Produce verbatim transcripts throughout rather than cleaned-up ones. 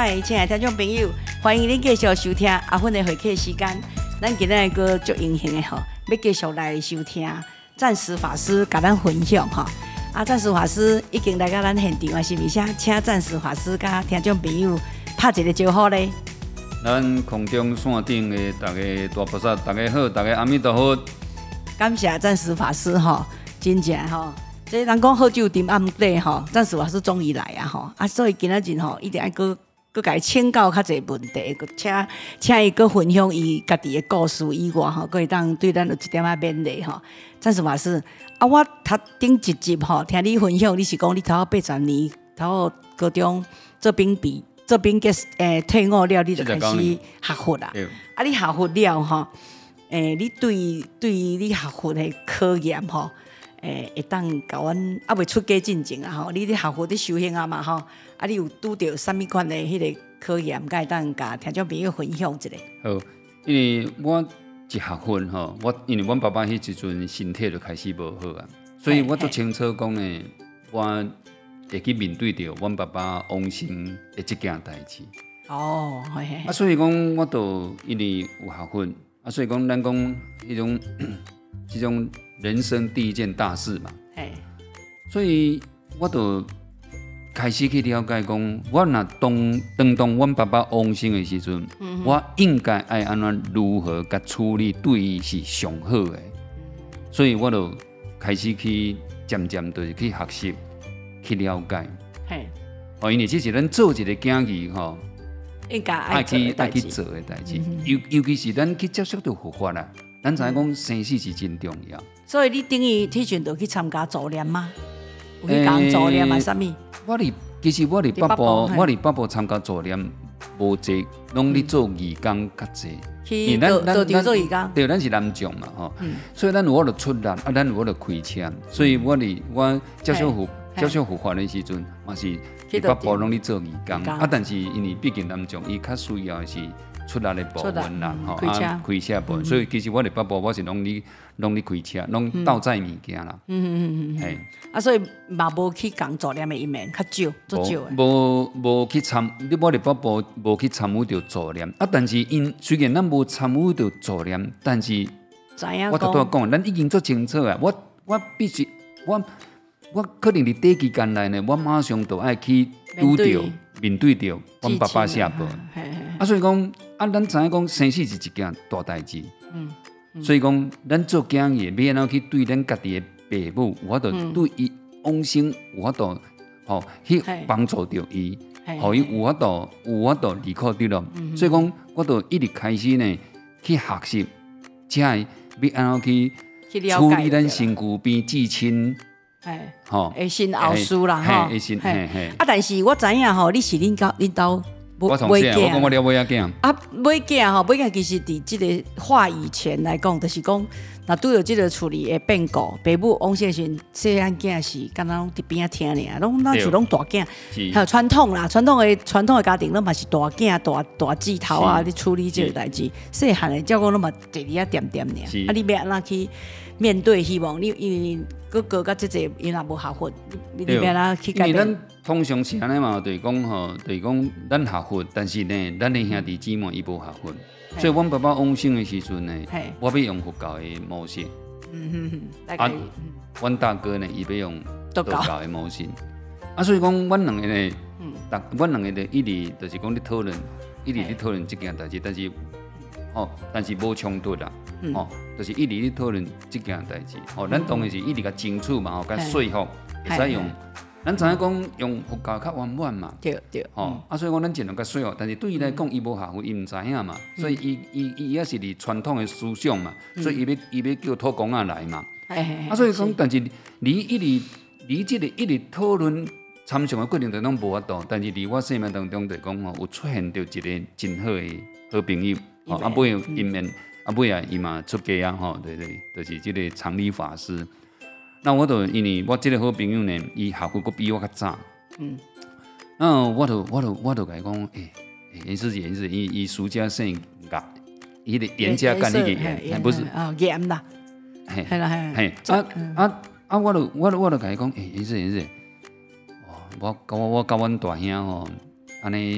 嗨，亲爱的听众朋友，欢迎您继续收听阿芬的会客时间。咱今日个足荣幸的吼，要继续来收听暂时法师甲咱分享吼。啊，暂时法师已经来到咱现场啊，是毋是？请暂时法师甲听众朋友拍一个招呼咧。 咱空中线顶的大家大菩萨，大家好，大家阿弥陀佛。 感谢暂时法师吼，真正吼。这人讲好酒沉暗底吼，暂时法师终于来啊吼，啊，所以今仔日吼一定要搁搁甲伊请教较侪问题，请请伊搁分享伊家己的故事以外吼，搁会当对咱有一点仔勉励吼。暂时法师啊，我头顶一集吼，听你分享，你是讲你头八十年头高中做兵比做兵结诶退伍了，你就开始学佛啦。啊，你学佛了吼，诶，你对对你学佛的考验吼。诶，会当甲阮啊未出家进前啊吼，你咧学佛咧修行啊嘛吼，啊你有拄着啥物款的迄个考验，甲会当甲听众朋友分享一下。 好，因为我一学佛吼，我因为阮爸爸迄时阵身体就开始无好啊，所以我足清楚讲诶，我会去面对着阮爸爸往生的即件代志。 哦，嘿嘿。 啊，所以讲我就因为有学佛，啊，所以讲咱讲迄种即种。人生第一件大事嘛，所以我就开始去了解讲，我若当当当阮爸爸往生的时阵，嗯、我应该爱安怎如何甲处理，对伊是上好的。所以我就开始去渐渐就是去学习，去了解。嘿，哦，因为这是咱做一个囝儿吼， 应该爱去爱去做的代志，尤尤其是咱去接触到佛法啦。咱知影讲生死是真重要， 所以你等于迄阵就去参加助念吗？有去讲助念啊？啥物？ 我哩其实我哩北部，我哩北部参加助念无济，拢咧做义工较济。 去倒倒场做义工？ 对，咱是南众嘛吼，所以咱有我著出力，啊，咱有我著开车，所以我哩我接触佛接触佛法的时阵，嘛是伫北部拢咧做义工，啊，但是因为毕竟南众，伊较需要的是。出力的部分啦，吼、嗯，啊，开车部分，嗯、所以其实我伫北部我是拢咧拢咧开车，拢倒载物件啦。嗯嗯嗯嗯，系。啊， 所以嘛无去讲助念的一面，较少，足少的。 无无去参，你我伫北部无去参与着助念，啊，但是因虽然咱无参与着助念，但是我头拄讲，咱已经足清楚啊。我我必须，我我可能伫短期间内呢，我马上就爱去拄着。面对着阮爸爸下辈，啊，所以讲啊，咱知影讲生死是一件大代志，嗯嗯、所以讲咱做囝儿要安怎去对咱家己的父母，有法度对伊往生，有法度吼去帮助着伊，互伊有法度有法度离苦得乐。嗯、所以讲，我就一直开始呢去学习，才会要安怎去处理咱身躯边至亲。 哎，吼，会信后事啦，吼， 会信，嘿嘿。 啊，但是我知影吼，你是恁家恁兜我从小，我讲我了尾仔囝。 啊，尾囝吼，尾囝其实伫即个话语权来讲，就是讲，若拄着即个处理的变故，爸母往生时，细汉囝是敢若拢伫边仔听尔，拢那就拢大囝，还有传统啦，传统的传统的家庭，拢嘛是大囝大大字头啊，咧处理即个代志。细汉的照顾拢嘛第二啊点点尔，啊，你要安怎去面对？希望你因为。哥哥甲即个因也无学佛，你你要哪去改变？ 因为咱通常是安尼嘛，就是讲吼，就是讲咱学佛，但是呢，咱的兄弟姊妹伊无学佛，所以阮爸爸往生的时阵呢，我要用佛教的模式。嗯哼哼，啊，阮大哥呢，伊要用道教的模式。啊，所以讲阮两个呢，逐阮两个呢，一直就是讲咧讨论，一直咧讨论即件代志，但是。哦，但是无冲突啦，嗯、哦，就是一直咧讨论即件代志。哦，咱当然是一直甲争取嘛，哦，甲说服，会使用。咱知影讲用佛教较圆满嘛， 对对。 哦，啊，所以讲咱尽量甲说服，但是对伊来讲，伊无下佛，伊毋知影嘛，所以伊伊伊也是伫传统的思想嘛，所以伊要伊要叫土公仔来嘛。啊，所以讲，但是你一直你即个一直讨论参详的过程当中无法度，但是伫我生命当中就讲吼，有出现着一个真好的好朋友。哦，啊尾因面啊尾啊伊嘛出家啊吼，对对，就是即个常理法师。那我就因为我即个好朋友呢，伊学佛佫比我较早。嗯。那我就我就我就甲伊讲，诶、欸，严师姐严师，伊伊暑假生甲，伊个严家干迄个严，不是啊严啦。 嘿，系啦系。嘿，啊啊啊！我就我就我就甲伊讲，诶、欸，严师严师，哇，我我我甲阮大兄吼，安尼。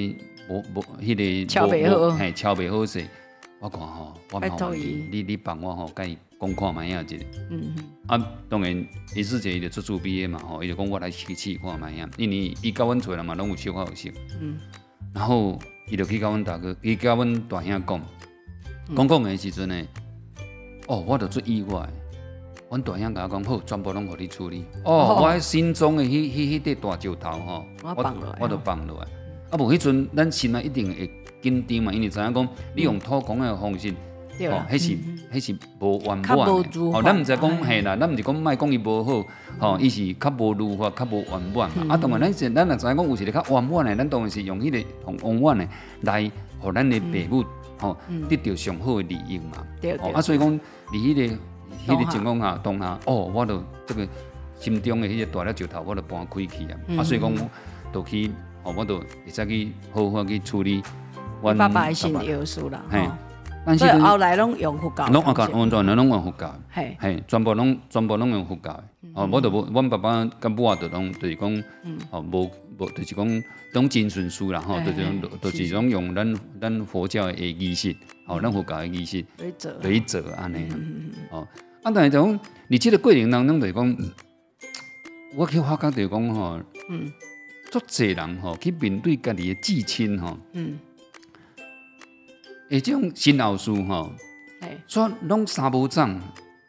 无无迄个敲袂好， 嘿，敲袂好势。我讲吼，我嘛有你，你你帮我吼，甲伊讲看卖影一个。嗯嗯。啊，当然，伊师姐伊就做主编的嘛吼，伊就讲我来试试看卖影，因为伊甲阮厝人嘛拢有小可有熟。嗯。然后伊就去甲阮大哥，伊甲阮大兄讲，讲讲的时阵呢，哦，我就做意外。阮大兄甲我讲好，全部拢互你处理。哦，我心中的迄迄迄块大石头吼， 我放落来， 我就放落来。啊，无迄阵咱心啊一定会紧张嘛，因为知影讲你用土工的方式，哦，迄是迄是无圆满的。哦，咱毋知讲嘿啦，咱毋是讲莫讲伊无好，吼，伊是较无如法，较无圆满嘛。啊，当然咱是咱若知影讲有一个较圆满的，咱当然是用迄个同圆满的来，互咱的父母吼得到上好的利益嘛。哦，啊，所以讲伫迄个。迄个情况下，当下哦，我就这个心中的迄个大粒石头，我就搬开去啊。嗯、啊，所以讲，就去，哦，我就会使去好好去处理。 我爸爸的信耶稣啦， 嘿， 但是后来拢用佛教， 拢啊，完全拢用佛教，嘿，嘿，全部拢全部拢用佛教的。哦，我就无，阮爸爸甲母啊，就拢就是讲，哦，无无，就是讲拢真顺序啦，吼，就是就是拢用咱咱佛教的仪式，哦，咱佛教的仪式来做， 来做安尼，哦。啊，但是就讲，你这个过程当中，就是讲，我去发觉就是讲吼，嗯，足侪人吼去面对家己的至亲吼，嗯，诶，这种新老师吼，说拢三无长，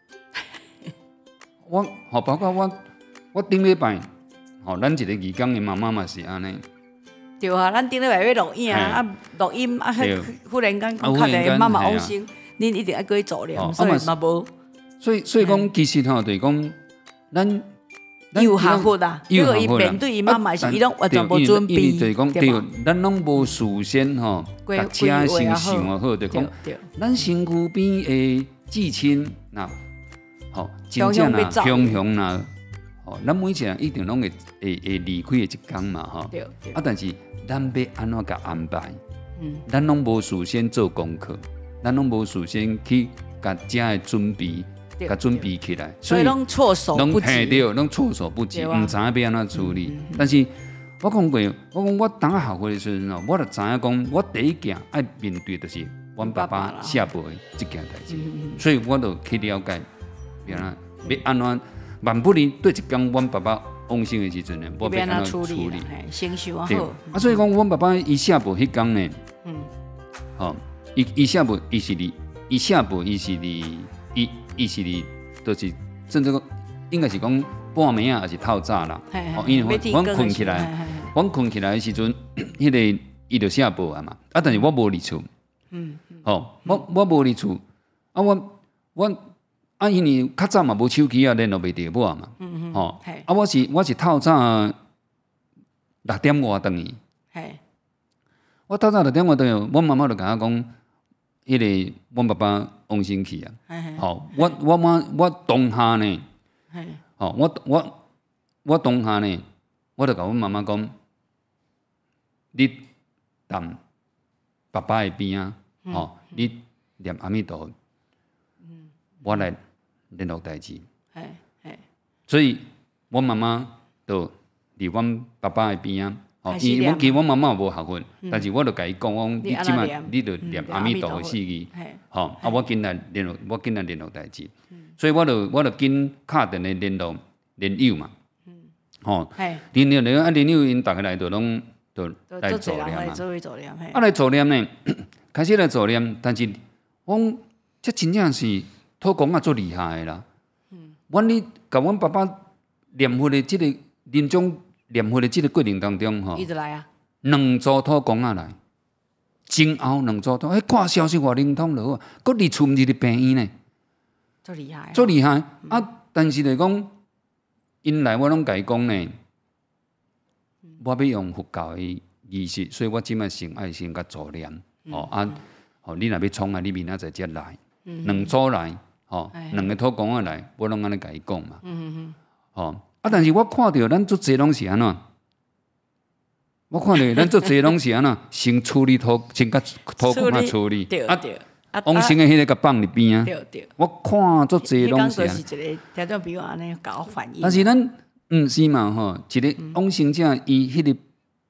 我吼包括我，我顶礼拜，吼，咱一个义工的妈妈嘛是安尼。 对啊，咱顶礼拜要录影啊，录音啊，忽然间讲，看个妈妈往生，恁一定要过去做了，所以嘛无。 所以，所以讲，其实吼，就是讲，咱有幸福啦，因为伊面对伊妈妈是伊拢完全无准备， 就是讲，对，咱拢无事先吼，把车先想好，就讲，咱身躯边的至亲呐，吼，真正啊，雄雄呐，吼，咱每一个人一定拢会会会离开的一天嘛，吼，啊，但是咱要安怎甲安排？嗯，咱拢无事先做功课，咱拢无事先去甲遮的准备。甲准备起来， 所以拢措手不及， 对，拢措手不及，唔知影要安怎处理。嗯嗯、但是我讲过，我讲我当下学会的时阵哦，我就知影讲，我第一件爱面对就是阮爸爸下辈的这件代志，嗯嗯、所以我就去了解，要安要安怎，万不离对一天阮爸爸往生的时阵呢，我要安怎处理， 先修好。 啊，所以讲阮爸爸伊下辈迄天呢，嗯，吼，伊伊下辈伊是伫，伊下辈伊是伫，伊。伊是哩，就是甚至讲，应该是讲半暝啊，还是透早啦。哦，因为阮困起来，阮困起来的时阵，迄个伊就下晡啊嘛。啊，但是我无伫厝。嗯。吼，我我无伫厝。啊，我我啊，因为较早嘛无手机啊，联络袂着我嘛。嗯嗯。吼，啊，我是我是透早六點外倒去。嘿。我透早六點外倒去，阮媽媽就甲我講。迄个阮爸爸往生去啊，吼，我我妈我当下呢，吼，我我我当下呢，我就甲阮妈妈讲，你踮爸爸的边啊，吼，你念阿弥陀佛，我来联络代志。所以，阮妈妈就伫阮爸爸的边啊。伊我其实我妈妈无学佛，但是我就甲伊讲，讲你即摆你就念阿弥陀佛四字，吼，啊我紧来联络，我紧来联络代志，所以我就我就紧敲电来联络联友嘛，吼，联友联啊联友因逐个来就拢就来做念嘛，啊来做念呢，开始来做念，但是我这真正是土公啊，足厉害的啦，阮你甲阮爸爸念佛的即个临终。念佛的这个过程当中，吼， 伊就来啊， 两组土公啊来，前后两组土，迄看消息偌灵通就好，搁伫厝毋是伫病院呢， 足厉害， 足厉害、嗯、啊！但是就讲，因来我拢甲伊讲呢，我要用佛教的仪式，所以我即摆先爱先甲做念，吼、嗯、啊，吼你若要创啊，你明仔载才来，嗯、两组来，吼，两个土公啊来，我拢安尼甲伊讲嘛，嗯嗯吼。啊！但是我看到咱做侪拢是安怎？我看到咱做侪拢是安怎？先处理土，先甲土公啊处理。 对对。 啊，往生的迄个甲放伫边啊。 对对。 我看做侪拢是安。 是一个条种比如安尼搞反应。 但是咱毋是嘛吼，一个往生者伊迄个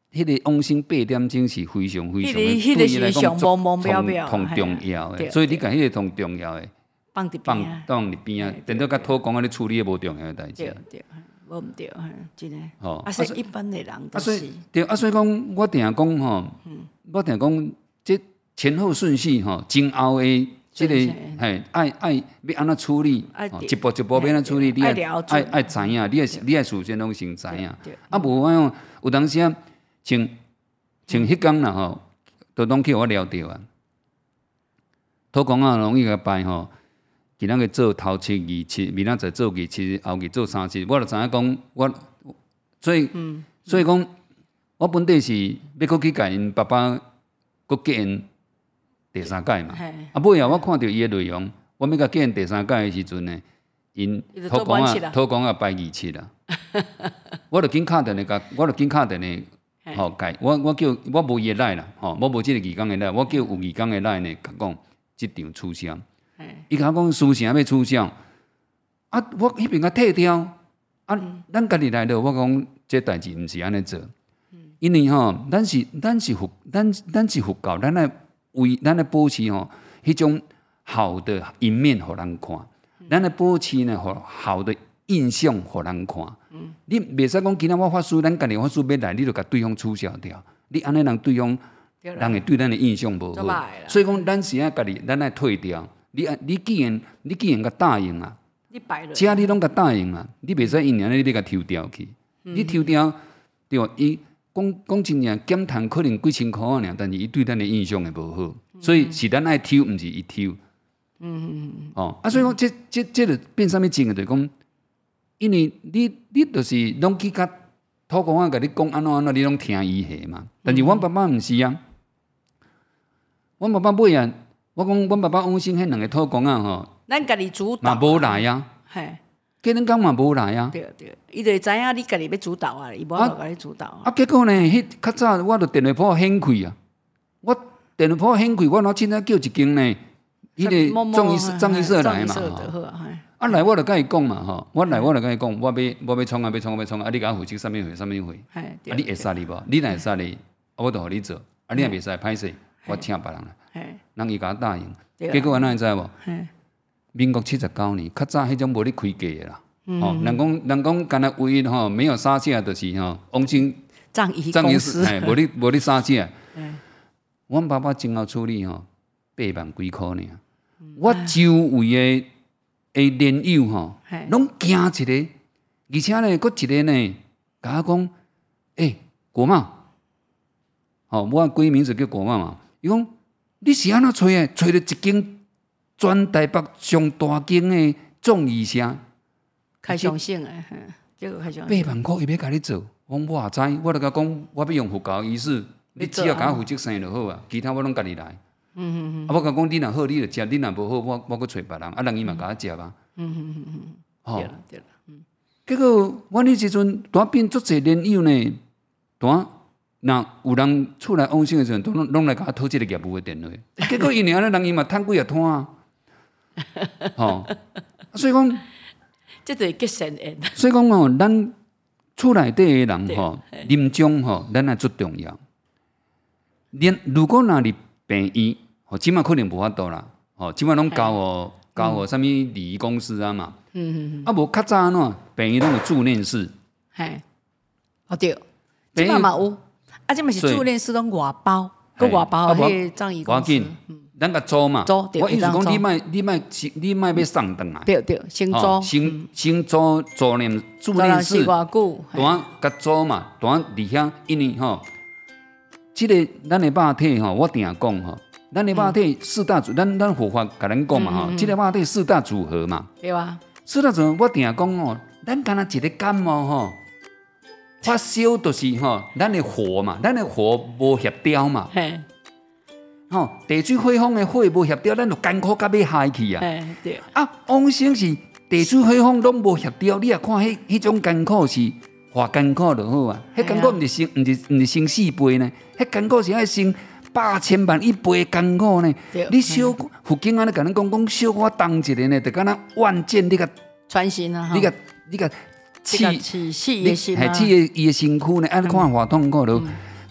迄个往生八点钟是非常非常的， 迄个是上模模标标， 同重要的，所以你讲迄个同重要的， 放伫边啊， 放伫边啊，等到甲土公啊咧处理无重要的代志。 对对，无毋对，真诶。 吼， 啊，所以一般的人都是。 是。 对啊，所以讲我定讲吼，我定讲这前後順序吼，前後的即個係愛愛要安怎處理，一步一步要安怎處理，你愛愛愛知影，你愛你愛事先攏先知影。啊，無安樣有當時啊，像像迄工啦吼，都攏去互我聊着啊。土公啊，容易個拜吼，今仔日做頭七二七，明仔載做二七，後日做三七，我就知影講我，所以所以講，我本地是要佫去甲因爸爸佫結因。第三屆嘛，啊尾啊，我看到伊的內容，我要甲見第三屆的時陣呢，因土公啊，土公啊拜二七啦，我就緊敲電個，我就緊敲電個，吼解，我我叫我無伊的來啦，吼，我無即個義工的來，我叫有義工的來呢，甲講即場取消，伊甲我講事情要取消，啊，我迄邊甲退掉，啊，咱家己來了，我講這代志毋是安尼做，因為吼，咱是咱是佛，咱咱是佛教，咱來。为咱来保持吼，迄種好的一面，互人看。咱来保持呢，互好的印象，互人看。嗯、你袂使講今仔我法師，咱家己法師要來，你就甲對方取消掉。你安尼讓對方，人會對咱的印象無好。所以講，咱是啊，家己咱來退掉。你啊，你既然你既然甲答應啊，遮你攏甲答應啊，你袂使因安尼你甲抽掉去。嗯、你抽掉對伊。講講真正減碳可能幾千塊啊，但是伊對咱的印象會無好，嗯、所以是咱愛抽，毋是伊抽。嗯嗯嗯。哦，啊，所以講這這這就變啥物情啊？就講，因為你你就是攏去甲土公啊，甲你講安怎安怎，你攏聽伊下嘛。但是阮爸爸毋是啊，阮爸爸尾啊，我講阮爸爸往生迄兩個土公啊吼， 咱家己主導。 嘛無來啊。 嘿。 今日講嘛無來啊！ 對對，伊就會知影你家己要主導啊，伊無法度甲你主導啊。 啊，結果呢，迄較早我著電話簿顯開啊，我電話簿顯開，我哪凊彩叫一間呢？迄個張醫生張醫生來嘛吼，啊來我著甲伊講嘛吼，我來我著甲伊講，我要我要創啊要創啊要創啊，你甲我負責啥物會啥物會？啊你會使哩無？你若會使哩，我著互你做，啊你若袂使歹勢，我請別人來，人伊甲我答應，結果安怎會知無？民國七十九年，較早迄種無咧開價的啦。嗯、哦，人講人講，干那唯一吼沒有殺價，就是吼往生葬儀公司， 哎，無咧無咧殺價。阮爸爸前後處理吼八萬幾箍爾，嗯、我周圍的誒連友吼，攏驚一個，而且呢，佫一個呢，甲我講，誒、欸，國貿，吼、哦，我閨名字叫國貿嘛，伊講你是安怎找誒？找着一間。全台北上大間的葬儀社， 開上省誒，這個開上。 八萬塊伊要甲你做，我我也知，我著甲講，我要用佛教儀式，你只要甲我負責生就好啊，其他我攏家己來。嗯嗯嗯。啊，我甲講，你若好，你著食；你若無好，我我閣找別人，啊，人伊嘛甲我食啊。嗯嗯嗯嗯。對啦對啦。嗯。結果我迄時陣，當變足濟連友呢，當若有人厝內往生誒時陣，攏攏來甲我討即個業務誒電話。結果因為安尼，人伊嘛趁幾啊攤啊。吼，所以講， 即係結善緣。 所以講哦，咱厝內底嘅人吼，臨終吼，咱係最重要。連如果若入病院，吼，即馬可能無法度啦，吼，即馬攏交互交互啥物禮儀公司啊嘛。嗯嗯嗯。啊無較早安怎，病院攏有住院室。係，哦對，即馬嘛有，啊即馬是住院室攏外包，個外包迄葬儀公司。咱甲租嘛，我意思講，你莫你莫你莫要送轉來， 對對，先租， 先先租租念住院室，當甲租嘛，當佇遐，因為吼，即個咱的肉體吼，我定講吼，咱的肉體四大組，咱咱佛法甲咱講嘛吼，即個肉體四大組合嘛， 對啊， 四大組合我定講吼，咱敢若一個感冒吼，發燒就是吼，咱的火嘛，咱的火無協調嘛。吼，地水火風的火無協調，咱就艱苦甲要害去啊！對啊，往生是地水火風攏無協調，你也看迄迄種艱苦是偌艱苦就好啊！迄艱苦毋是生，毋是毋是生四倍呢？迄艱苦是愛生百千萬一倍艱苦呢？你小佛經安尼甲咱講講，小可動一個呢，就敢若萬箭你個穿心啊！ 你個你個刺刺刺伊個心啊！ 刺伊個身軀呢，安尼看偌痛苦咯。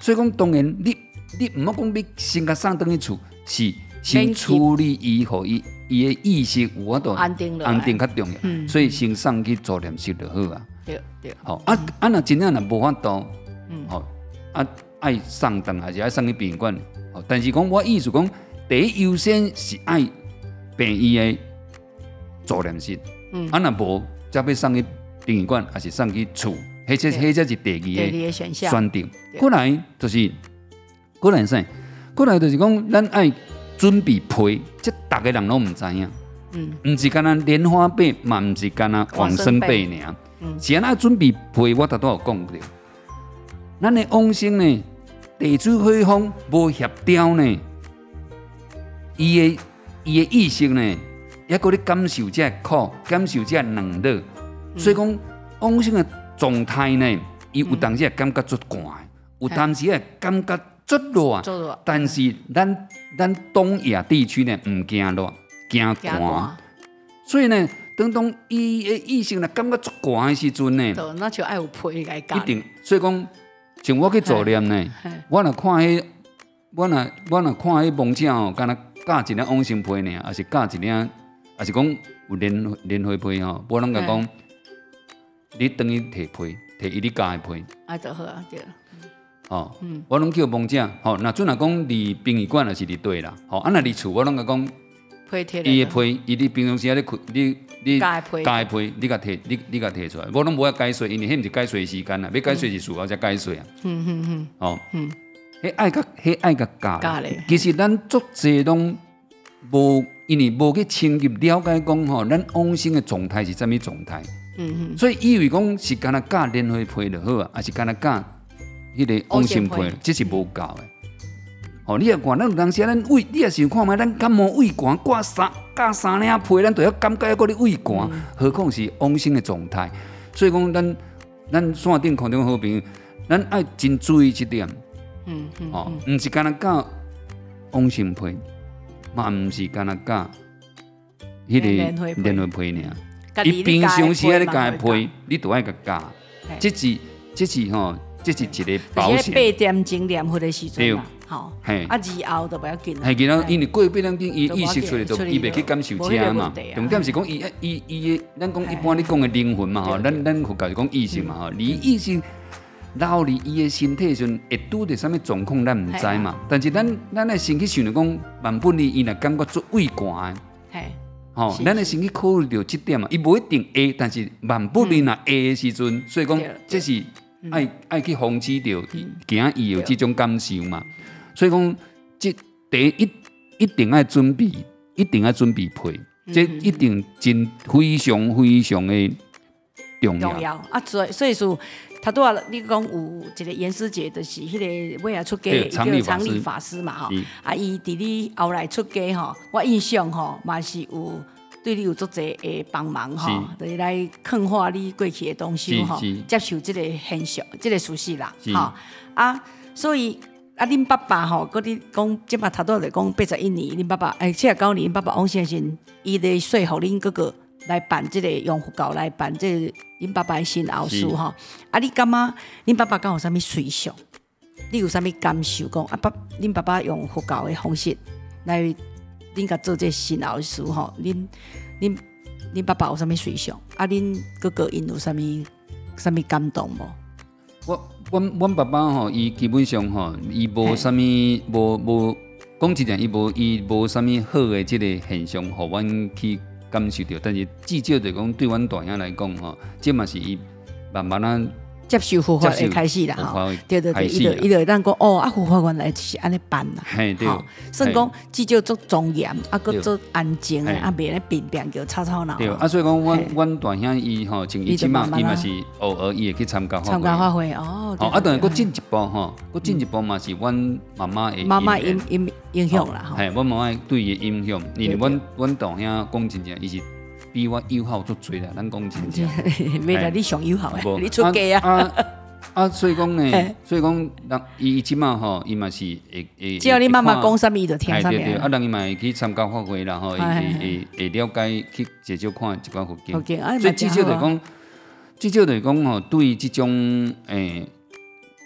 所以讲当然你你唔好讲你先甲送倒去厝，是先处理伊，互伊伊的意识有法度安定安定较重要， 嗯、 所以先送去助念室就好啊。 对对。 好、嗯、啊啊，若真正若无法度，嗯，好、啊，爱送倒还是爱送去殡仪馆。好，但是讲我意思讲，第一优先是爱病医的助念室，嗯，啊若无，则要送去殡仪馆，还是送去厝，迄只迄只是第二个选择。过来就是，过来啥？过来就是讲，咱爱准备批，即逐个人拢毋知影。嗯，毋是干那莲花被，嘛毋是干那往生被尔。嗯，是安那准备批，我头拄有讲过。咱的往生呢，地水火风无协调呢，伊的伊的意识呢，也搁咧感受这苦，感受这冷热。嗯、所以讲往生的状态呢，伊有当时会感觉足寒，嗯、有当时会感觉足热，但是咱咱东亚地区呢，唔惊热，惊寒，所以呢，当当伊的意识呢感觉足寒的时阵呢， 那就爱有配来讲， 一定。所以讲，像我去助念呢，我若看迄，我若我若看迄亡者哦，敢若教一领往生被呢，还是教一领，还是讲有莲莲花被吼，我拢甲讲，你等于摕被，摕伊你教的被， 啊，就好啊，对。 哦，嗯、我拢叫亡者，吼、哦，那阵若讲离殡仪馆，就是离对啦，吼、哦，啊，若离厝，我拢甲讲，伊的被，伊伫平常时咧开，你你加的被，你甲摕，你你甲摕出来，我拢无爱解说，因为迄毋是解说的时间啦，要解说是事后才解说啊。嗯嗯嗯。哦，嗯，迄爱甲，迄爱甲教。其實咱足濟攏無，因為無去深入了解講吼，咱往生的狀態是啥物狀態。嗯嗯。所以以為講是干那教蓮花被就好啊，還是干那教？迄個往生被，這是無夠的。哦，你也看，咱有當時咱胃，你也想看覓，咱感冒胃寒，掛三掛三領被，咱都要感覺要個你胃寒，嗯、何況是往生的狀態。所以講，咱咱線頂看到好朋友，咱愛真注意這點。嗯嗯。哦，毋是干那教往生被，嘛毋是干那教迄個蓮花被爾。伊平常時咧教被，你都愛甲教。這是這是吼。這是一個保險。 八點鐘念佛的時陣啊，吼，啊之後就不要緊。 係見到，因為過八點鐘，伊意識出來，就伊袂去感受這嘛。重點是講伊伊伊，咱講一般你講的靈魂嘛，吼，咱咱佛教是講意識嘛，吼，你意識流入伊的身體時陣，會拄着啥物狀況，咱唔知嘛。但是咱咱的身體想着講，萬不利，伊若感覺做畏寒。係。吼，咱的身體考慮到這點嘛，伊無一定會，但是萬不利若會的時陣，所以講這是。愛愛去防止到，驚伊有這種感受嘛，所以講，這第一一定要準備，一定要準備配，這一定真非常非常的重要。重要啊，所以所以說，他都話你講有一個嚴師姐，就是迄個尾仔出家，伊叫常理法師嘛，吼，啊，伊佇你後來出家吼，我印象吼嘛是有。對你有足濟誒幫忙吼，就是來勸化你過去誒東西吼，接受這個現象、這個事實啦，吼啊，所以啊，恁爸爸吼，嗰啲講即馬頭拄就講八十一年，恁爸爸誒七十九年，恁爸爸往生時，伊咧說服恁哥哥來辦這個用佛教來辦這個恁爸爸誒新後事吼，啊，你感覺恁爸爸敢有啥物隨想？你有啥物感受？講啊，爸，恁爸爸用佛教誒方式來。恁甲做這新後事吼，恁恁恁爸爸有啥物隨想？啊，恁哥哥因有啥物啥物感動無？ 我阮阮爸爸吼，伊基本上吼，伊無啥物無無講真正，伊無伊無啥物好誒即個現象，互阮去感受到。但是至少就講對阮大兄來講吼，這嘛是伊慢慢啊。 接受佛法的開始啦，吼，對對對，伊就伊就會當講哦，啊佛法原來是安尼辦啦，吼，算講至少做莊嚴，啊閣做安靜誒，啊袂咧變變叫吵吵鬧。 對，啊所以講，阮阮大兄伊吼，像伊即馬伊嘛是偶爾伊會去參加法會。參加法會哦。哦，啊當然閣進一步吼，閣進一步嘛是阮媽媽誒。媽媽影影影響啦，吼。係，阮媽媽對伊影響，因為阮阮大兄講真正，伊是。比我友好足多啦，咱講真正。 未啦，你上友好誒，你出家啊？ 啊啊，所以講呢，所以講，人伊即馬吼，伊嘛是會會。 只要你媽媽講啥物，伊就聽啥物。 對對，啊，人伊嘛會去參加法會啦，吼，會會會了解去至少看一寡佛經。佛經，所以至少就講，至少就講吼，對即種誒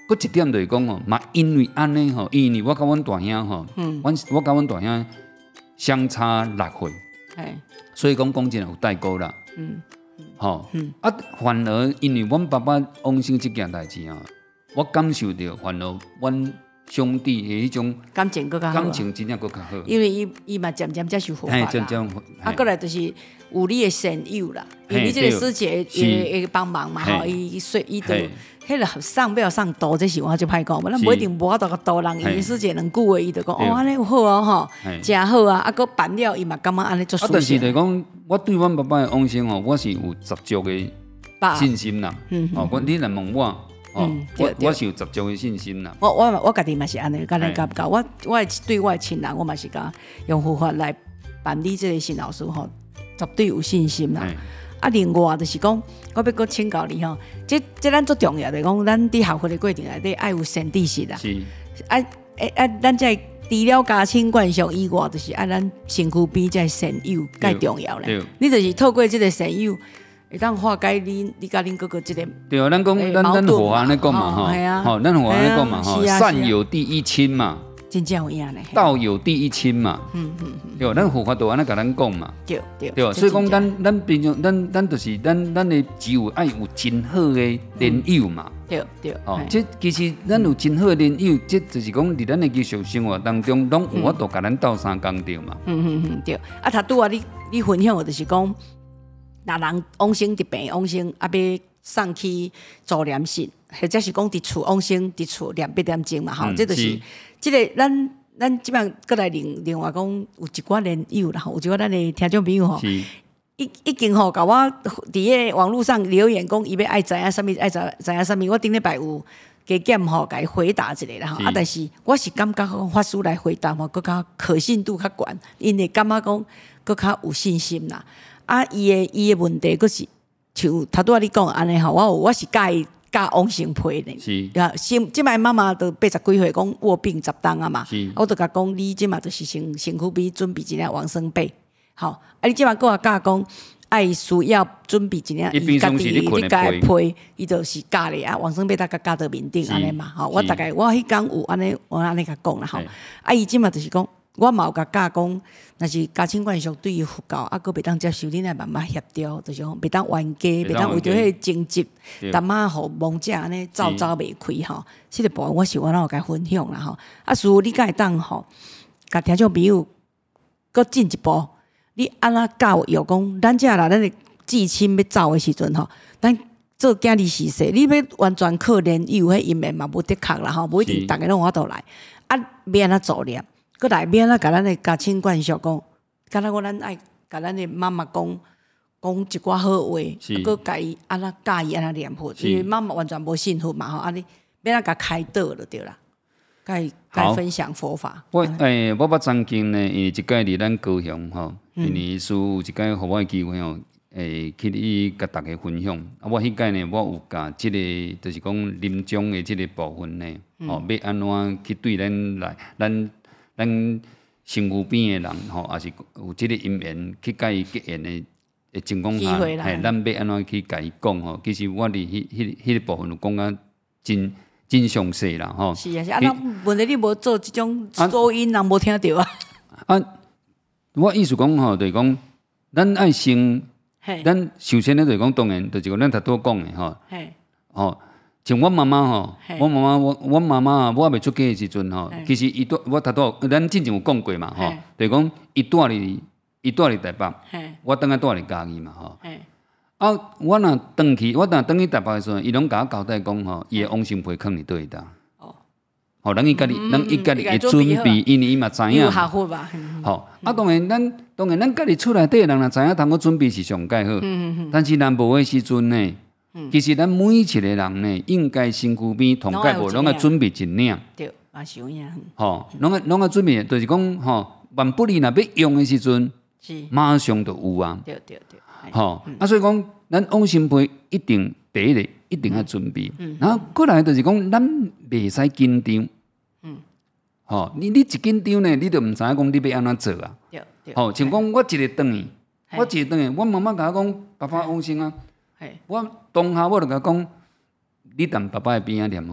搁一点就是讲吼，嘛因为安尼吼，因为我甲阮大兄吼，嗯，阮我甲阮大兄相差六岁，所以讲讲真有代沟啦。嗯，吼、嗯，啊，反而因为阮爸爸往生这件代志啊，我感受到反而阮兄弟的迄种感情更较好， 感情真正更较好。 因为伊伊嘛渐渐接受佛法啦， 渐渐啊，过来就是有你的善友啦，因为你这个师姐会会帮忙嘛吼，伊说伊就。迄个上不要上道，这是我就歹讲嘛，咱不一定无法度个道人，因为师姐两句话，伊就讲哦，安尼有好哦吼，真好啊，啊，佮办了，伊嘛感觉安尼做舒适。啊， 但是就讲，我对阮爸爸的往生哦，我是有十足的信心啦。嗯哦，我你若问我，哦，我我是有十足的信心啦。 我我我家己嘛是安尼，甲咱甲教我我对我的亲人，我嘛是甲用佛法来办理这个新老师吼，绝对有信心啦。啊，另外就是讲，我要搁请教你吼，这这咱最重要的讲，咱伫学佛的过程内底爱有善知识啦。是。啊啊啊！咱在除了家亲眷属以外，就是啊，咱身躯边这善友介重要咧。你就是透过这个善友，会当化解你你甲恁哥哥这个对啊，咱讲咱咱佛安尼讲嘛吼，吼，咱佛安尼讲嘛吼，善有第一亲嘛。 真正有影咧， 道友第一亲嘛，嗯嗯嗯，对，咱佛法都安尼甲咱讲嘛， 对对对，所以讲咱咱平常咱咱就是咱咱的只有爱有真好的莲友嘛， 对对， 哦，这其实咱有真好的莲友，这就是讲伫咱的日常生活当中，拢有法度甲咱斗相共着嘛， 嗯嗯嗯，对，啊，他拄啊，你你分享的就是讲，若人往生伫病往生，啊要送去助念室，或者是讲伫厝往生，伫厝念八点钟嘛，吼，这就是。即、这个咱咱即摆过来另另外讲有一寡莲友啦，有一寡咱的听众朋友吼，已已经吼甲我伫个网络上留言讲，伊要爱知影啥物，爱知知影啥物，我顶礼拜有加减吼，甲伊回答一下啦吼。啊，但是我是感觉讲法师来回答吼，更较可信度较悬，因为感觉讲更较有信心啦。啊，伊的伊的问题佫是像头拄仔你讲安尼吼，我我是介意。教往生批呢？是啊，现即摆妈妈都八十几岁，讲卧病十当啊嘛。我就甲讲，你即摆就是身身躯边准备一领往生被，好，啊，你即摆搁教讲，爱需要准备一领伊家己你家批，伊就是教咧啊，往生被大家教到面顶安尼嘛。吼，我大概我迄讲有安尼，我安尼甲讲啦吼。啊，伊即摆就是讲。我嘛有甲教讲，若是家亲眷属对于佛教啊，佫袂当接受，恁来慢慢协调，就是讲袂当冤家，袂当为着迄个争执，淡仔互亡者安尼走走袂开吼。即、这个部分我是我哪有甲分享啦吼。啊，师父你敢会当吼，甲听众朋友佫进一步，你安怎教育讲，咱遮啦，咱的至亲要走的时阵吼，咱做囝儿时势，你要完全靠莲友，迄因缘嘛无的确啦吼，无一定逐个拢有法度来，啊，要安怎做咧？搁内面啊，甲咱的家亲眷属讲，敢若我咱爱甲咱的妈妈讲，讲一寡好话，搁甲伊安怎教伊安怎念佛，因为妈妈完全无信佛嘛吼，啊你要安怎甲开导就对啦，甲伊甲伊分享佛法。 我诶，我捌曾经呢，因为一届伫咱高雄吼，因为师有一届互我的机会吼，诶，去你甲大家分享。啊，我迄届呢，我有甲即个，就是讲临终的即个部分呢，吼，要安怎去对咱来咱。咱身躯边的人吼，也是有即个因缘去甲伊结缘的的情况下，嘿，咱要安怎去甲伊讲吼？其实我伫迄迄迄个部分有讲啊，真真详细啦吼。 是啊是啊，那问题你无做即种收音，人无听到啊。 啊，我意思讲吼，就是讲咱爱先，咱首先咧就是讲，当然就是讲咱头拄讲的吼，吼。像我妈妈吼，我妈妈我我妈妈我还未出嫁的时阵吼，其实伊住我头拄咱之前有讲过嘛吼，就是讲伊住伫伊住伫台北，我等下住伫嘉义嘛吼。啊，我若转去，我若转去台北的时阵，伊拢甲我交代讲吼，伊的往生被放伫倒位搭。哦，吼，人伊家己，人伊家己会准备，因为伊嘛知影。有下户吧。 吼，啊，当然咱当然咱家己厝内底人若知影，通个准备是上介好。但是咱无的时阵呢？其实咱每一个人呢，应该身躯边同介无，拢要准备一领。 对，嘛是有影。 吼，拢要拢要准备，就是讲吼，万不利若要用的时阵，马上就有啊。 对对对。 吼，啊，所以讲，咱往生被一定第一个一定要准备。然后过来就是讲，咱袂使紧张。嗯。吼，你你一紧张呢，你就毋知影讲你要安怎做啊。对对。吼，像讲我一日转去，我一日转去，我妈妈甲我讲，爸爸往生啊。我当下我就甲讲，你踮爸爸的边仔念佛，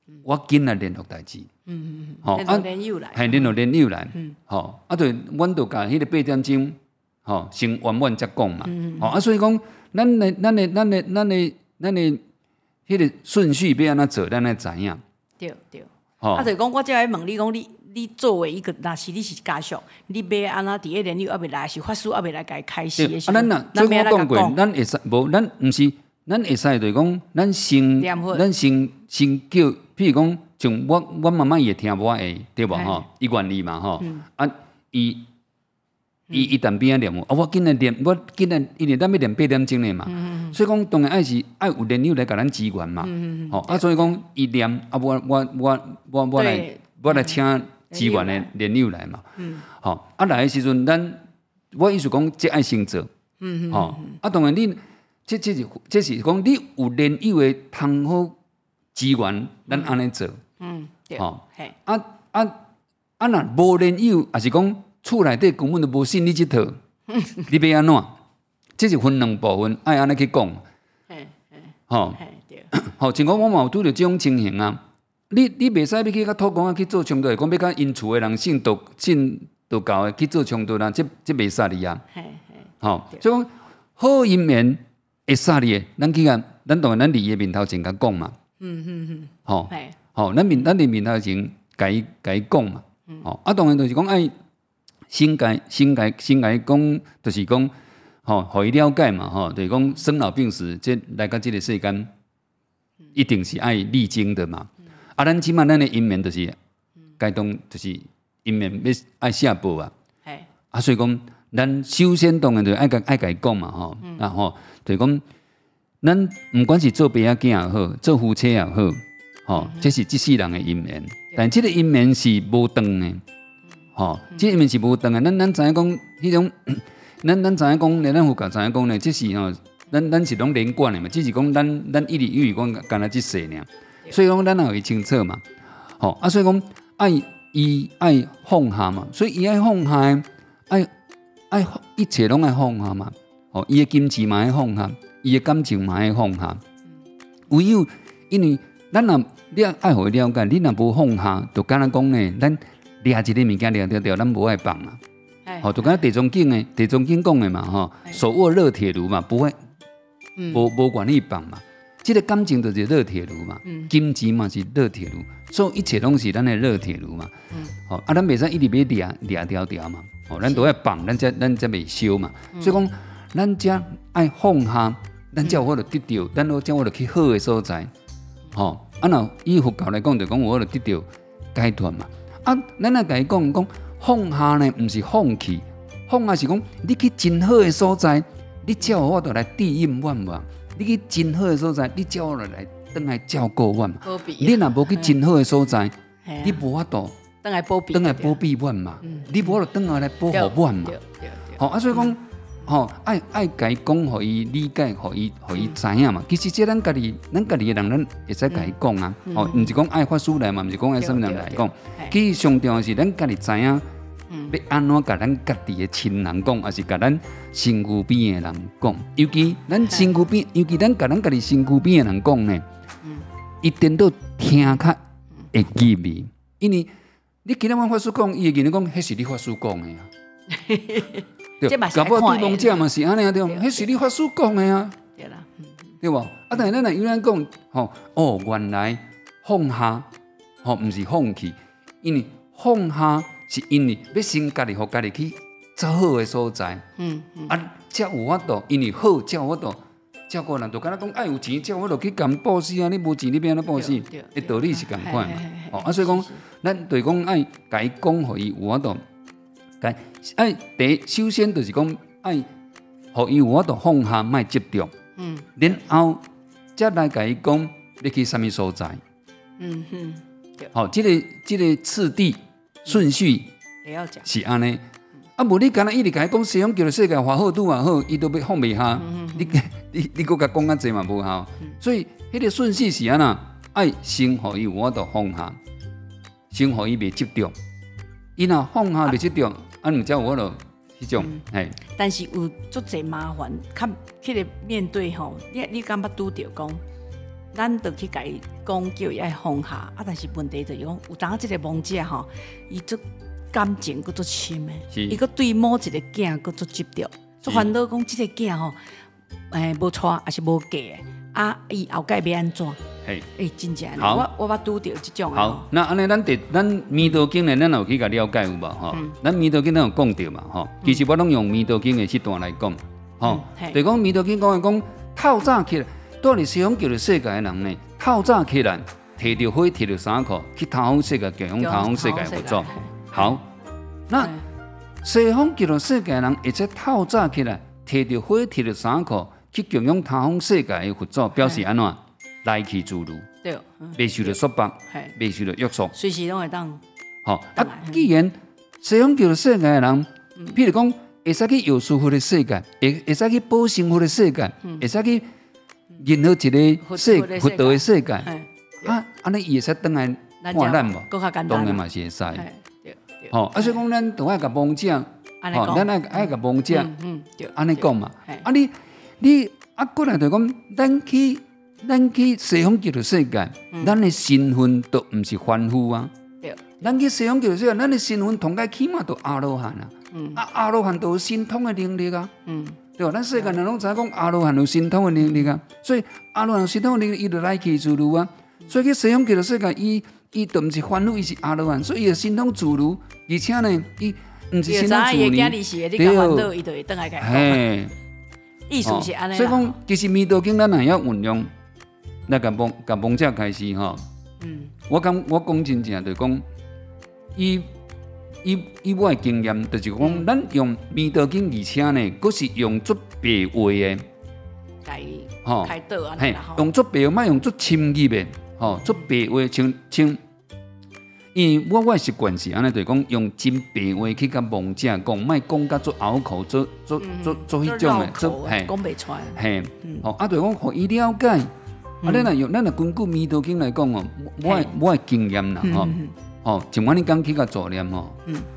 我紧来联络代志。 嗯嗯嗯，联络联友来， 系联络联友来。嗯，吼，啊，对，阮就甲迄个八点钟，吼，先圆满才讲嘛。嗯嗯。吼，啊，所以讲，咱的、咱的、咱的、咱的、咱的，迄个顺序要安怎做，咱来知影。 对对。吼，啊，就是讲，我才来问你讲，你你作为一个，若是你是家属，你要安怎伫个联友还未来，是法师还未来甲伊开始的时候， 啊，咱呐，咱我讲过，咱会使无，咱毋是，咱会使就是讲，咱先，咱先先叫，譬如讲。像我我妈妈伊会听我的，对无吼？伊愿意嘛吼？嗯、啊，伊伊伊当边仔念，啊，我紧来念，我紧来，因为咱要念八点钟的嘛，嗯、所以讲当然爱是爱有联友来甲咱支援嘛，吼、嗯哦、啊，所以讲伊念啊，我我我我我来我来请支援的联友来嘛，吼、嗯哦、啊来的时阵，咱我意思讲，即愛先做，吼、嗯哦、啊，当然你即即是即是講你有聯友的通好支援，咱安尼做。 嗯，对， 吼、哦，啊啊啊！若无联友，也是讲厝内底根本就无信你即套，你要安怎？这是分两部分，爱安尼去讲。嘿，吼，对，吼，像讲我嘛有拄着即种情形啊。你你袂使要去甲土公啊去做冲突，讲要甲因厝的人信道信道教的去做冲突啦，这这袂使哩啊。嘿，吼，所以讲好因缘会使哩的，咱去甲咱当然咱伫伊面头前甲讲嘛。嗯嗯嗯，吼。吼，咱面咱伫面头前，甲伊甲伊讲嘛，吼、嗯，啊，当然就是讲爱先甲先甲先甲伊讲，就是讲，吼，互伊了解嘛，吼，就是讲生老病死，这来到这个世间，一定是爱历经的嘛。嗯、啊，咱起码咱的因缘就是，该当就是因缘要爱下报啊。啊，所以讲，咱首先当然就爱甲爱甲伊讲嘛，吼、嗯，然后就是讲，咱毋管是做爸仔囝也好，做夫妻也好。吼，这是即世人的因缘，但即个因缘是无断的，吼，即个因缘是无断的。咱咱知影讲，迄种，咱咱知影讲咧，咱佛教知影讲咧，即是吼，咱咱是拢连贯的嘛，只是讲咱咱一日一日讲干那即世尔，所以讲咱也会清楚嘛，吼啊，所以讲爱伊爱放下嘛，所以伊爱放下，爱爱一切拢爱放下嘛，吼，伊的金钱嘛爱放下，伊的感情嘛爱放下，唯有因为咱若你爱互伊了解，你若无放下，就敢若讲呢，咱掠一个物件掠掉掉，咱无爱放嘛。吼，就敢若地藏经的地藏经讲的嘛，吼，手握热铁炉嘛，不会，无无愿意放嘛。这个感情就是热铁炉嘛，金钱嘛是热铁炉，所以一切拢是咱的热铁炉嘛。吼，啊，咱袂使一直要掠掠掉掉嘛，吼，咱都要放，咱才咱才袂烧嘛。所以讲，咱才爱放下，咱才有法度得到，咱才有法度去好的所在。吼，啊，若以佛教来讲，就讲我著得到解脱嘛。啊，咱来甲伊讲讲放下呢，毋是放弃，放下是讲你去真好的所在，你才有法度来庇荫阮嘛。你去真好的所在，你才有法度来倒来照顾阮嘛。你若无去真好的所在，你无法度倒来保庇， 倒来保庇阮嘛。你无法度倒来保护阮嘛。吼，啊，所以讲。吼、哦，爱爱甲伊讲，互伊理解，互伊互伊知影嘛。其實即咱家己，咱家己嘅人，咱會使甲伊講啊。嗯、哦，毋是講愛法師來嘛，毋是講愛什麼人來講。其實上重要是咱家己知影，嗯、要安怎甲咱家己嘅親人講，還是甲咱身軀邊嘅人講。尤其咱身軀邊，尤其咱甲咱家己身軀邊嘅人講呢，一定都聽較會記味。因為你今日阮法師講，伊會記你講，迄是你法師講嘅啊。對，搞不好對方者嘛是安尼啊，對，迄是你法師講的啊，對啦，對無？啊，但係咱若有人講，吼，哦，原來放下，吼，毋是放棄，因為放下是因為要先家己互家己去找好的所在，嗯嗯，啊，才有法度，因為好才有法度照顧人，就敢若講愛有錢才有法度去共布施啊，你無錢你要安怎布施？誒，道理是共款嘛，哦，啊，所以講，咱對講愛甲伊講，互伊有法度。愛第首先就是講愛，互伊有法度放下，莫執着。嗯。然後再來甲伊講，你去啥物所在？嗯哼。好，這個這個次第順序是安尼。啊，無你敢若一直甲伊講西方叫做世界華好拄也好，伊都要放袂下。你你你閣甲講較濟嘛無效。所以迄個順序是安那？愛先互伊有法度放下，先互伊袂執着。伊若放下袂執着。啊，唔知我咯，迄種，係、嗯。 但是有足濟麻煩，較迄個面對吼，你你感覺拄着講， 咱就去甲伊讲叫伊爱放下，啊，但是问题就是讲，有当即个亡者吼，伊足感情佫足深诶，伊佫对某一个囝佫足执着，足烦恼讲即个囝吼，诶无娶还是无嫁诶，啊，伊后盖要安怎？ 嘿， 诶，真正，我我捌拄着即种。 好，那安尼咱伫咱弥陀经呢，咱有去甲了解有无吼？咱弥陀经咱有讲着嘛吼？其实我拢用弥陀经的这段来讲，吼，就讲弥陀经讲的讲，透早起来，到伫西方极乐世界的人呢，透早起来，摕着火，摕着衫裤，去他方世界，供养他方世界佛祖。好，那西方极乐世界的人，而且透早起来，摕着火，摕着衫裤，去供养他方世界的佛祖，表示安怎？来去自如，对，未受到束缚，未受到约束， 随时拢会当。 好，啊，既然西方极乐世界的人，譬如讲，会使去药师佛的世界，会会使去宝生佛的世界，会使去任何一个世佛道的世界，啊，安尼伊会使倒来看咱无？当然嘛是会使。吼，啊，所以讲咱都爱甲亡者，吼，咱爱爱甲亡者，安尼讲嘛。啊，你你啊，过来就讲，咱去。咱去西方极乐世界，嗯、咱的身份都毋是凡夫啊。对，咱去西方极乐世界，咱的身份同个起码都阿罗汉啊。嗯、啊，阿罗汉都有神通的能力啊。嗯，对吧？咱世界人拢知影讲阿罗汉有神通的能力啊，所以阿罗汉有神通的能力，伊就来去自如啊。所以去西方极乐世界，伊伊都毋是凡夫，伊是阿罗汉，所以伊的神通自如，而且呢，伊毋是神通自如。对，嘿，意思是安尼。所以讲，其实弥陀经咱也要运用。那甲亡甲亡者开始吼，嗯，我讲我讲真正就是讲，以以以我的经验，就是讲，咱用弥陀经，而且呢，佫是用足白话的， 吼，开导安尼啦， 用足白话，莫用足深入的，吼，足白话像像，因为我我的习惯是安尼，就是讲用真白话去甲亡者讲，莫讲甲足拗口，做做做做迄种的， 做嘿，讲袂出来， 嘿，吼，啊，就是讲，互伊了解。啊，咱若用，咱若根据弥陀经来讲哦，我的我的经验啦，吼，吼，像我你刚去甲助念吼，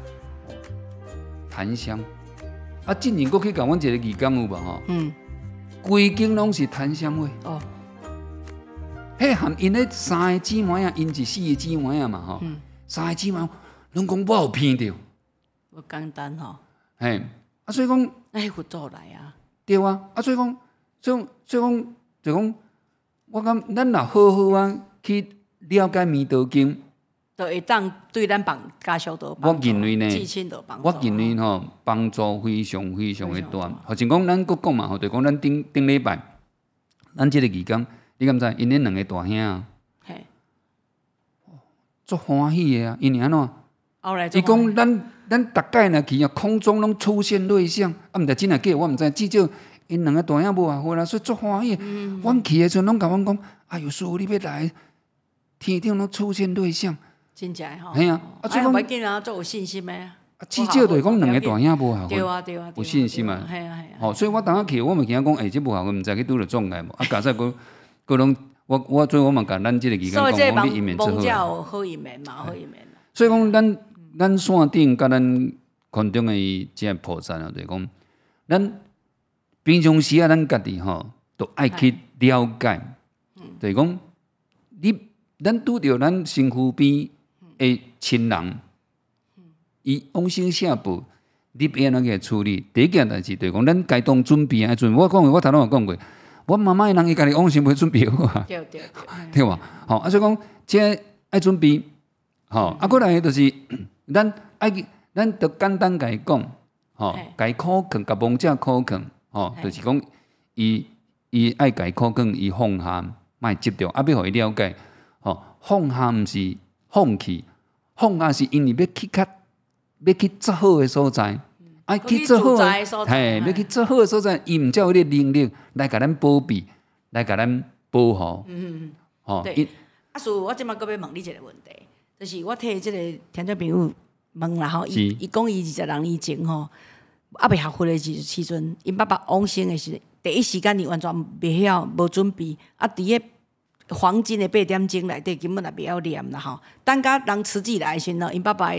檀香，啊，进前佫去甲阮一个义工有无吼，规经拢是檀香味，哦，迄含因咧三个姊妹啊，因是四个姊妹啊嘛吼，三个姊妹拢讲我有闻到， 无简单吼， 嘿，啊，所以讲， 那佛祖来啊， 对啊，啊，所以讲，所以所以讲就讲。我感咱若好好啊去了解弥陀经， 就会当对咱帮家属都帮助， 我认为呢， 至亲都帮助。 我认为吼，帮助非常非常的大。或像讲咱佫讲嘛，吼，就讲咱顶顶礼拜，咱即个义工，你敢知？因恁两个大兄啊，嘿，足欢喜的啊！因为安怎？伊讲咱咱大概若去啊，空中拢出现瑞相，啊，毋知真啊假，我毋知，至少。因两个大兄无啊，回来所以足欢喜。嗯、阮去的时阵，拢甲阮讲：“哎呦，师父你要来，天顶拢出现对象。” 真正吼。 系啊，啊，所以讲， 袂紧啊，足有信心的。啊， 至少就是讲两个大兄无效。 对啊，对啊， 有信心嘛。 系啊，系啊。 吼，所以我当下去，我咪惊讲，哎，这无效，我毋知去拄着障碍无。啊，加上佫佫拢，我我所以我嘛甲咱即个期间讲，我你一面之好。 所以这有好一面嘛，好一面。 所以讲，咱咱线顶甲咱群众的即个菩萨啊，就是讲，咱。平常时啊，咱家己吼都爱去了解，就是讲，你咱拄着咱身躯边的亲人，伊往生下步，你要安怎去处理？第一件代志就是讲，咱该当准备啊，准备。我讲过，我头先有讲过，我妈妈的人伊家己往生袂准备好啊， 对对对， 对吧？吼，啊，所以讲，这爱准备，吼，啊，过来就是咱爱，咱就简单甲伊讲，吼，甲伊考劝，甲亡者考劝。吼，就是讲，伊伊爱家苦劝，伊放下，莫执着，啊，要互伊了解。吼，放下毋是放弃，放下是因为要去较，要去做好诶所在，啊，去做好诶，嘿，要去做好诶所在，伊毋才有迄个能力来甲咱保庇，来甲咱保护。嗯嗯吼，对。啊，所以我即摆搁要问你一个问题，就是我替即个听众朋友问啦吼，伊伊讲伊二十六年前吼。啊，未学佛的时阵，因爸爸往生的时，第一时间伊完全袂晓，无准备。啊，伫个黄金的八点钟内底，根本也袂晓念啦吼。等甲人慈济来的时阵，因爸爸的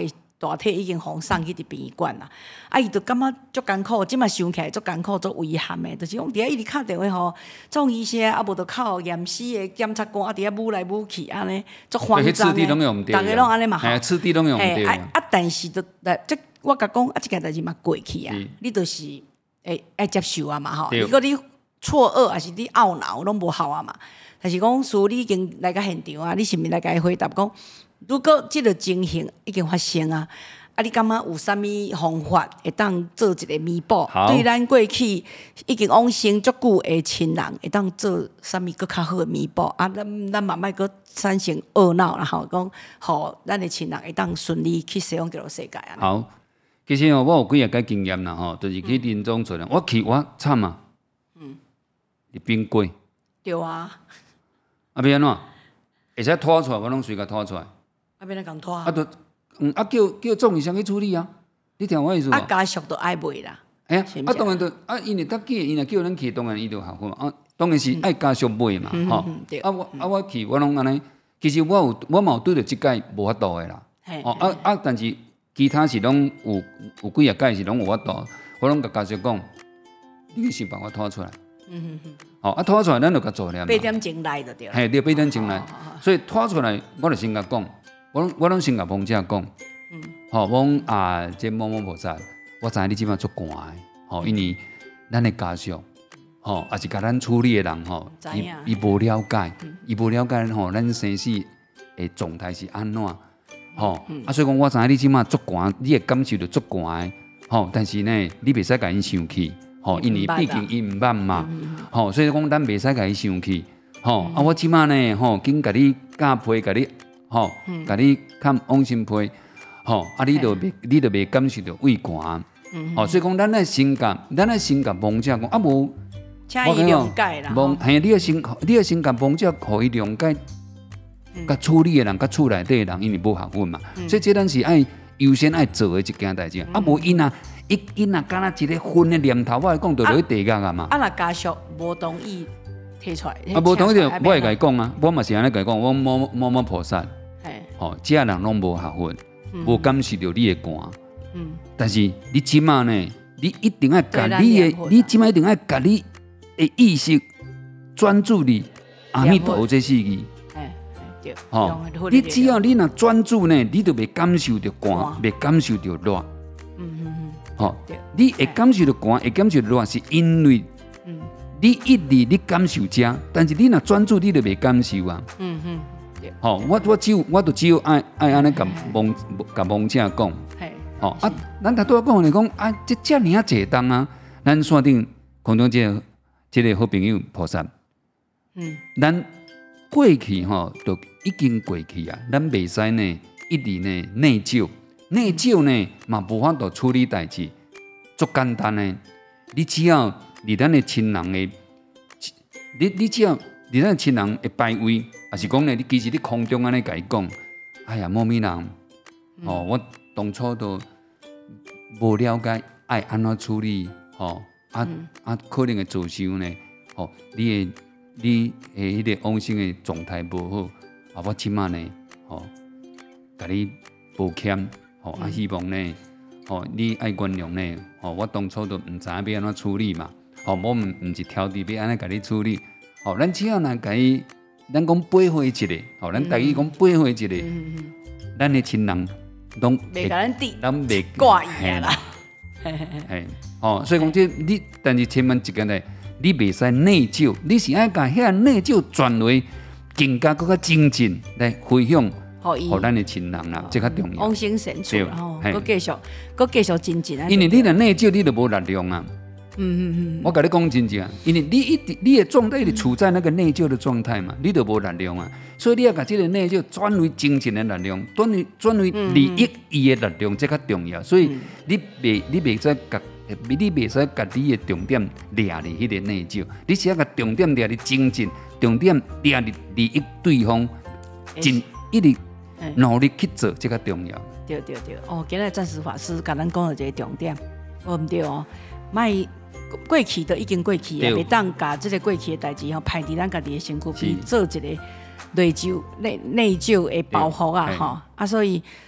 大体已经互送去伫殡仪馆啦。啊，伊就感觉足艰苦，即马想起来足艰苦、足遗憾的，就是讲伫遐一直敲电话吼，总医生啊，无就靠验尸的检察官啊，伫遐舞来舞去安尼，足慌张的。大家拢安尼嘛吼， 次第拢用唔对啊。啊，但是就即我甲讲啊，即件代志嘛过去啊，你就是会爱接受啊嘛吼。如果你错愕还是你懊恼，拢无效啊嘛。但是讲，师你已经来到现场啊，你是毋是来甲伊回答讲，如果即个情形已经发生啊，啊，你感觉有啥物方法会当做一个弥补？对咱过去已经往生足久的亲人，会当做啥物搁较好的弥补？啊，咱咱嘛莫搁产生懊恼啦吼，讲互咱的亲人会当顺利去西方极乐世界啊。 好，其实哦，我有几啊个经验啦吼，就是去临终做人，我去我惨啊。入冰柜， 对啊， 啊要安怎？会使拖出来，我拢随甲拖出来。啊要安怎共拖？ 啊，就嗯啊叫叫总医生去处理啊。你听我意思无？ 啊家属都爱袂啦。 哎呀，啊当然就啊，因为搭机，因若叫咱去，当然伊就合法嘛。啊，当然是爱家属买嘛，吼、嗯。嗯、啊我啊我去，我拢安尼。其實我有我嘛有對着即屆無法度的啦。哦啊啊，但是其他是攏有有幾啊屆是攏有法度，我攏甲家屬講，你去想辦法拖出來。嗯哼哼。哦啊，拖出來咱就甲做了。 八點鐘來就對了。 係，你八點鐘來，所以拖出來，我就先甲講，我攏我攏先甲鳳姐講。嗯。吼，我講啊，這某某菩薩，我知影你即擺足寒的，吼，因為咱的家屬。吼，也是甲咱處理的人吼，伊伊無了解，伊無、嗯、了解吼，咱生死的狀態是安怎？吼、嗯，啊，所以講我知影你即馬足寒，你會感受到足寒的，吼，但是呢，你袂使甲伊生氣，吼，因為畢竟伊毋捌嘛，吼、嗯，所以講咱袂使甲伊生氣，吼、嗯，啊，我即馬呢，吼，緊甲你加配，甲你，吼，甲你看往生配，吼，啊，你就袂，你就袂感受到畏寒，吼，所以講咱來先甲，咱來先甲亡者講，啊無。 請伊諒解啦， 望係你要先，你要先甲亡者，互伊諒解，甲處理的人，甲厝內底的人，因為無學問嘛，嗯、所以這咱是愛優先愛做的一件代志。嗯、啊，無因啊，伊因啊，敢若一個昏的念頭，我來講就落去地獄啊嘛。 啊，若家屬無同意提出來， 啊，無同意就我會甲伊講啊，我嘛是安尼甲伊講，我某某某菩薩，吼，這人攏無學問，無感受到你的寒。嗯，但是你即馬呢，你一定要甲你的，你即馬一定要甲你。誒意識專注你阿彌陀這四字，吼！你只要你若專注呢，你就袂感受到寒，袂感受到熱。嗯嗯嗯，吼！你會感受到寒，會感受到熱，是因為你一直你感受者，但是你若專注，你就袂感受啊。嗯嗯，吼！我我只有我就只有愛愛安尼甲亡甲亡者講，吼！啊，咱頭拄仔講嚟講啊，這遮爾啊濟當啊，咱線頂空中這。即個好朋友菩薩，嗯，咱過去吼都已經過去啊，咱袂使呢一直呢內疚，內疚呢嘛無法度處理代志，足簡單呢，你只要離咱的親人的，你你只要離咱的親人的擺位，也是講呢，你其實你空中安尼甲伊講，哎呀，某某人，嗯、哦，我當初都無了解愛安怎處理，吼、哦。啊、嗯、啊，可能會造成呢，吼、哦，你的你誒迄個往生的狀態無好，啊，我即馬呢，吼、哦，甲你抱歉，吼、哦，啊，希望呢，吼、哦，你愛原諒呢，吼、哦，我當初都毋知影要安怎處理嘛，吼、哦，我毋毋是挑剔要安尼甲你處理，吼、哦，咱只要若甲伊，咱講背回一個，吼、哦，咱家己講背回一個，嗯、咱的親人攏袂甲咱滴， 咱袂掛伊啦。 係，哦，所以講即你，但是千萬一件咧，你袂使內疚，你是愛甲遐內疚轉為更加更加精進來回向，互咱的親人啦，這較重要。 往生善處啦，吼，佮繼續，佮繼續精進啊。 因為你若內疚，你就無力量啊。嗯嗯嗯。我甲你講真正，因為你一直你的狀態一直處在那個內疚的狀態嘛，你就無力量啊。所以你要甲這個內疚轉為精進的力量，轉為轉為利益伊的力量，這較重要。所以你袂你袂使甲你袂使甲你的重點掠佇迄個內疚，你是要甲重點掠佇精進，重點掠佇利益對方，盡一直努力去做，這較重要。 對對對，哦，今日贊士法師甲咱講到一個重點，對毋對哦？莫過去都已經過去啊，袂當甲即個過去的代志吼排佇咱家己的身軀邊做一個內疚內內疚的包袱啊吼啊，所以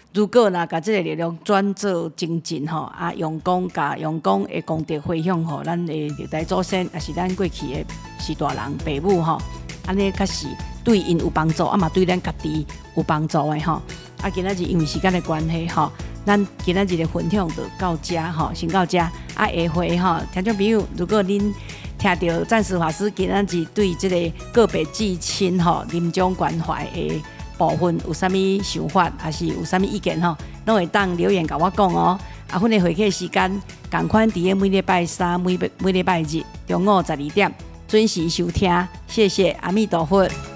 如果若甲即个力量转做精进吼，啊，用功甲用功的功德回向吼，咱的历代祖先，也是咱过去的士大人爸母吼，安尼较是对因有帮助，啊嘛对咱家己有帮助的吼。啊，今仔日因为时间的关系吼，咱今仔日的分享就到这吼，先到这。啊，下回吼，听众朋友，如果恁听到战士法师今仔日对即个个别至亲吼临终关怀的部分有啥物想法，还是有啥物意见吼，拢会当留言甲我讲哦。啊，阮的会客时间同款伫个每礼拜三、每每礼拜日中午十二点准时收听，谢谢阿弥陀佛。